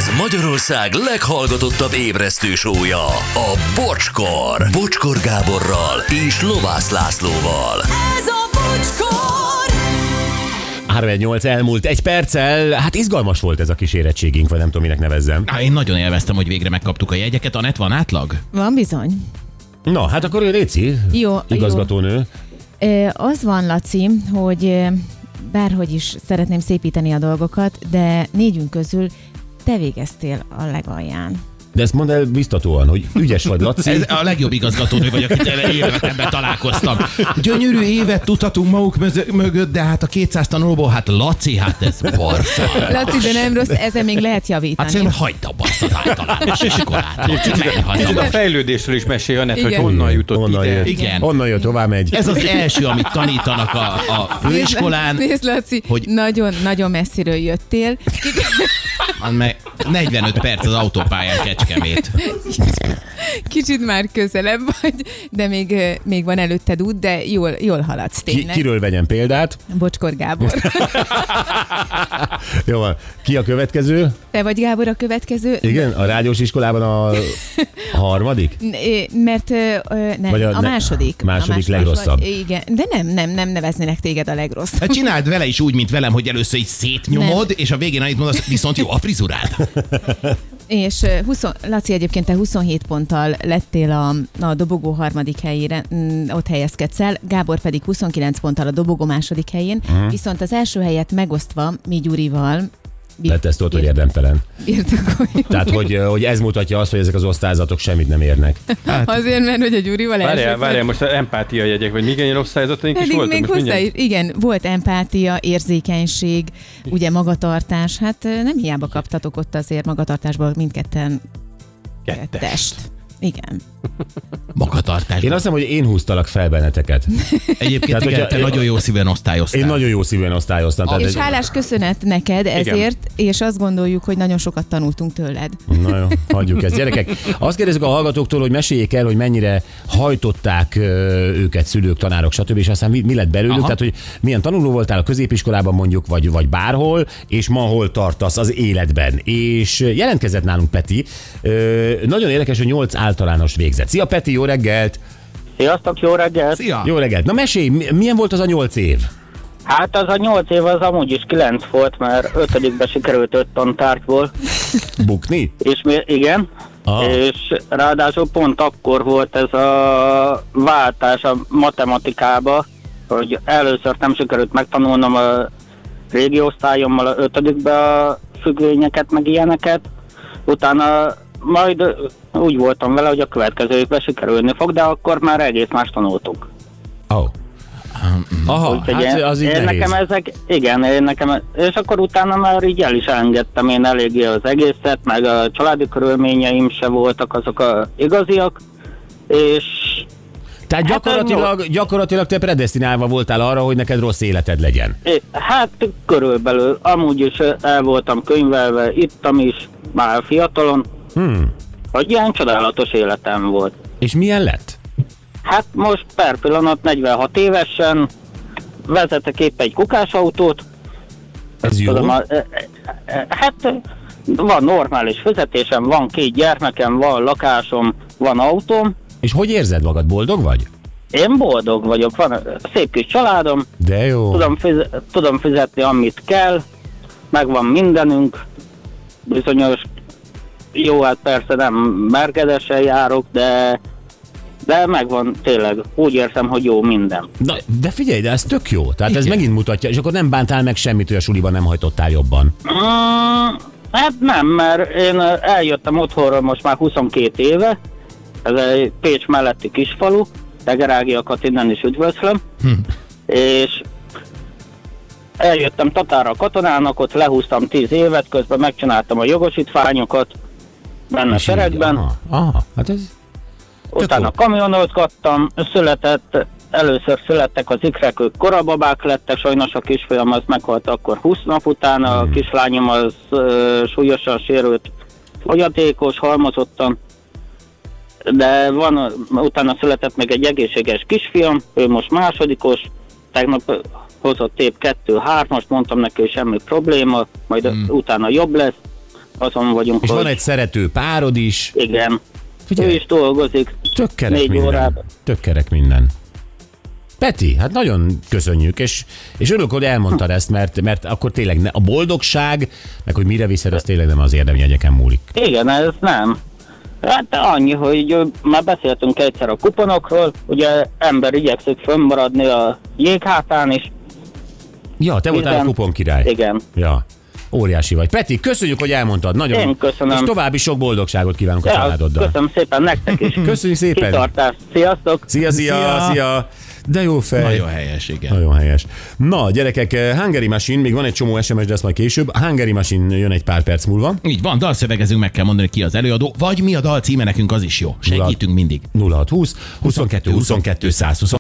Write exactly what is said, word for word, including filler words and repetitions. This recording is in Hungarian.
Ez Magyarország leghallgatottabb ébresztő show-ja, a Bocskor. Bocskor Gáborral és Lovász Lászlóval. Ez a Bocskor! három nyolc elmúlt egy perccel, hát izgalmas volt ez a kísérettségünk, vagy nem tudom, minek nevezzem. Há, én nagyon élveztem, hogy végre megkaptuk a jegyeket. Anett, van átlag? Van bizony. Na, hát akkor Réci, Jó, igazgatónő. Jó. Az van, Laci, hogy bárhogy is szeretném szépíteni a dolgokat, de négyünk közül te végeztél a legalján. De ezt mondd el biztatóan, hogy ügyes vagy, Laci. Ez a legjobb igazgatónő vagy, akit életemben találkoztam. Gyönyörű évet tudhatunk maguk mögött, de hát a kétszáz tanulóból, hát Laci, hát ez barsza. Laci, de nem rossz, ezen még lehet javítani. Hát szerintem hagyd abba azt az általános iskolát. Kicsit a fejlődésről is mesélj, Anett, hogy honnan jutott honnan ide. Jött. Igen. Honnan jött, hová megy. Ez az első, amit tanítanak a, a főiskolán. Nézd, Laci, hogy... nagyon, nagyon messziről jöttél. negyvenöt perc az autópályán Kecskemét. Kicsit már közelebb vagy, de még, még van előtted út, de jól, jól haladsz tényleg. Ki, kiről vegyem példát? Bocskor Gábor. Jó van. Ki a következő? Te vagy, Gábor, a következő? Igen, a rádiós iskolában a harmadik? Mert nem, Vagy a, a második. Második, a második legrosszabb. Vagy, igen, de nem, nem, nem neveznének téged a legrosszabb. Hát csináld vele is úgy, mint velem, hogy először is szétnyomod, nem. És a végén annyit mondasz, viszont jó a frizurád. És húsz, Laci, egyébként te huszonhét ponttal lettél a, a dobogó harmadik helyére, ott helyezkedsz el, Gábor pedig huszonkilenc ponttal a dobogó második helyén, uh-huh. Viszont az első helyet megosztva mi Gyurival, Lett ezt ott, hogy érdemtelen. Birtokoljuk. Tehát, hogy, hogy ez mutatja azt, hogy ezek az osztályzatok semmit nem érnek. Hát. Azért, mert hogy a Gyurival első. Várjál, várjál, most az empátia jegyek, vagy még ilyen osztályzataink is voltak? Még hozzá, igen, volt empátia, érzékenység, ugye magatartás, hát nem hiába kaptatok ott azért magatartásból mindketten Kettest. test. Igen. Magatartás. Én azt hiszem, hogy én húztalak fel benneteket. Egyébként Tehát, igen, hogyha- te nagyon jó szíven osztályoztál. Én nagyon jó szívűen osztályoztam. Tehát És ez- hálás köszönet neked ezért, Igen. és azt gondoljuk, hogy nagyon sokat tanultunk tőled. Na jó, hagyjuk ezt. Gyerekek, azt kérdezzük a hallgatóktól, hogy meséljék el, hogy mennyire hajtották ö, őket szülők, tanárok, stb. És aztán mi, mi lett belőlük, Aha. tehát hogy milyen tanuló voltál a középiskolában mondjuk, vagy, vagy bárhol, és ma hol tartasz az életben. És jelentkezett nálunk Peti. Ö, nagyon érdekes, hogy nyolc általános végzett. Szia Peti, jó reggelt! Sziasztok, jó reggelt! Szia! Jó reggelt! Na mesélj, mi- milyen volt az a nyolc év? Hát az a nyolc év az amúgy is kilenc volt, mert ötödikbe sikerült öt tantárgyból, Bukni? és mi, igen, Ah. és ráadásul pont akkor volt ez a váltás a matematikába, hogy először nem sikerült megtanulnom a régi osztályommal a ötödikbe a függvényeket, meg ilyeneket, utána majd úgy voltam vele, hogy a következő évben sikerülni fog, de akkor már egész más tanultunk. Oh. Aha, Úgyhogy hát én, az így én nehéz. nekem ezek, igen, én nekem, és akkor utána már így el is engedtem én eléggé az egészet, meg a családi körülményeim se voltak azok a igaziak, és Tehát Hát gyakorlatilag, gyakorlatilag te predesztinálva voltál arra, hogy neked rossz életed legyen. é, hát körülbelül amúgy is el voltam könyvelve, ittam is, már fiatalon, Hmm. hogy ilyen csodálatos életem volt. És milyen lett? Hát most per pillanat negyvenhat évesen vezetek épp egy kukásautót. Ez jó? Tudom, a, e, e, hát van normális fizetésem, van két gyermekem, van lakásom, van autóm. És hogy érzed magad? Boldog vagy? Én boldog vagyok, van szép kis családom, De jó. tudom, fiz- tudom fizetni, amit kell, megvan mindenünk, bizonyos, jó, hát persze nem merkedesen járok, de, de megvan tényleg, úgy érzem, hogy jó minden. Na, de figyelj, de ez tök jó. Tehát ez Igen. megint mutatja, és akkor nem bántál meg semmit, hogy a suliban nem hajtottál jobban. Mm, hát nem, mert én eljöttem otthonról most már huszonkét éve, ez egy Pécs melletti kisfalu, tegerágiakat innen is üdvözlöm, Hm. és eljöttem Tatárra katonának, ott lehúztam tíz évet, közben megcsináltam a jogosítványokat benne És így, seregben, Aha, aha, hát ez... utána jó. kamionozgattam, született, először születtek az ikrek, ők korababák lettek, sajnos a kisfiam az meghalt akkor húsz nap után, a Hmm. kislányom az ö, súlyosan sérült, fogyatékos, halmozottan, de van, utána született még egy egészséges kisfiam, ő most másodikos, tegnap hozott épp kettő-hármas, mondtam neki, hogy semmi probléma, majd Hmm. utána jobb lesz, azon vagyunk. És hogy... van egy szerető párod is. Igen. Figyelj. Ő is dolgozik. Tök kerek Négy minden. órában. Tök kerek minden. Peti, hát nagyon köszönjük, és, és örülök, hogy elmondtad ezt, mert, mert akkor tényleg ne, a boldogság, meg hogy mire viszed, az tényleg nem az érdemi jegyeken múlik. Igen, ez nem. Hát annyi, hogy ö, már beszéltünk egyszer a kuponokról, ugye ember igyekszik fönnmaradni a jéghátán is. Ja, te voltál a Igen. kupon király. Igen. Ja. Óriási vagy. Peti, köszönjük, hogy elmondtad. Nagyon. Én köszönöm. És további sok boldogságot kívánunk a Ja, családoddal. köszönöm szépen nektek is. Köszönjük szépen. Kitartást. Sziasztok! Szia, szia, Szia. szia. De jó fej. Nagyon helyes, igen. Nagyon helyes. Na, gyerekek, Hungary Machine, még van egy csomó es em es, de ezt majd később. Hungary Machine jön egy pár perc múlva. Így van, dalszövegezünk, meg kell mondani, ki az előadó, vagy mi a dal címe, nekünk az is jó. Segítünk mindig. nulla hat húsz huszonkettő huszonkettő száz húsz.